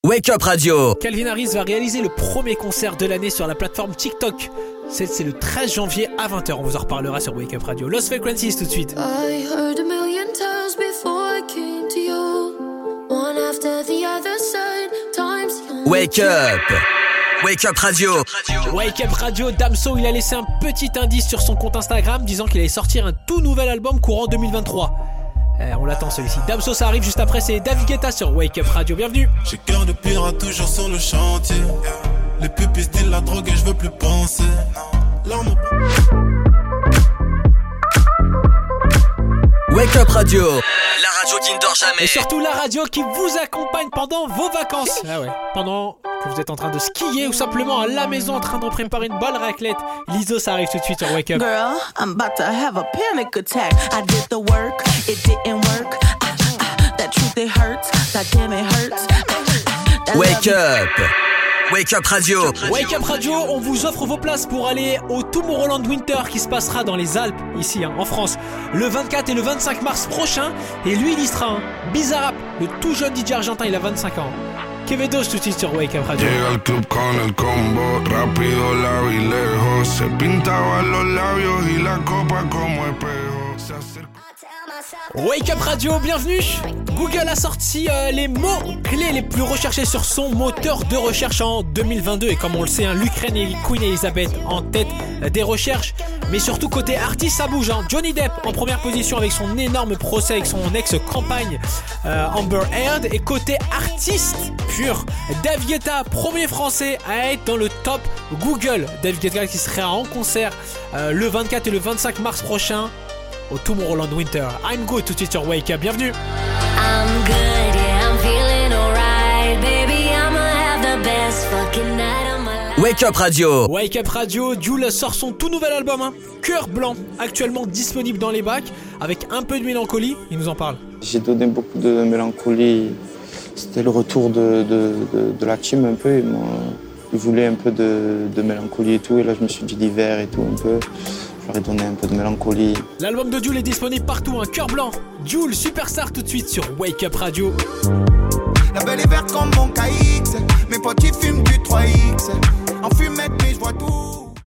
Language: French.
Wake Up Radio. Calvin Harris va réaliser le premier concert de l'année sur la plateforme TikTok. C'est le 13 janvier à 20h. On vous en reparlera sur Wake Up Radio. Lost Frequencies tout de suite. I heard a million times before I came to you. One after the other side. Times Wake Up. Wake Up Radio. Wake Up Radio, Damso, il a laissé un petit indice sur son compte Instagram disant qu'il allait sortir un tout nouvel album courant 2023. On l'attend celui-ci. Damso, ça arrive juste après, c'est David Guetta sur Wake Up Radio. Bienvenue. J'ai cœur de pirate toujours sur le chantier. Les pupilles style la drogue et je veux plus penser. Wake Up Radio, la radio qui ne dort jamais. Et surtout la radio qui vous accompagne pendant vos vacances. Ah ouais, pendant que vous êtes en train de skier ou simplement à la maison en train de préparer une bonne raclette. L'ISO, ça arrive tout de suite sur Wake Up. Girl, I'm about to have a panic attack. I did the work, it didn't work. That truth, it hurts. That damn, it hurts. Wake Up. Wake Up Radio. Wake Up Radio, on vous offre vos places pour aller au Tomorrowland Winter qui se passera dans les Alpes, ici en France, le 24 et le 25 mars prochain. Et lui, il y sera. Bizarrap, le tout jeune DJ argentin, il a 25 ans. Quevedo, tout de suite sur Wake Up Radio. Llega al club con el combo, rápido, largo y lejos. Se pintaba los labios y la copa como espejo. Se acerca. Wake Up Radio, bienvenue. Google a sorti les mots-clés les plus recherchés sur son moteur de recherche en 2022. Et comme on le sait, l'Ukraine et Queen Elizabeth en tête des recherches. Mais surtout côté artiste, ça bouge. Johnny Depp en première position avec son énorme procès avec son ex-campagne Amber Heard. Et côté artiste pur, David Guetta, premier français à être dans le top Google. David Guetta qui sera en concert le 24 et le 25 mars prochain au Tomorrowland Winter. I'm Good tout de suite sur Wake Up, bienvenue. I'm good, yeah, I'm feeling alright. Baby, I'ma have the best fucking night of my life. Wake Up Radio. Wake Up Radio, Jul sort son tout nouvel album, Cœur Blanc, actuellement disponible dans les bacs, avec un peu de mélancolie, il nous en parle. J'ai donné beaucoup de mélancolie, c'était le retour de la team un peu, ils voulaient un peu de mélancolie et tout, et là je me suis dit l'hiver et tout un peu. Je leur ai donné un peu de mélancolie. L'album de Jul est disponible partout, Cœur Blanc. Jul, superstar tout de suite sur Wake Up Radio. La belle est verte comme mon KX. Mes potes ils fument du 3X. En fumette mais je vois tout.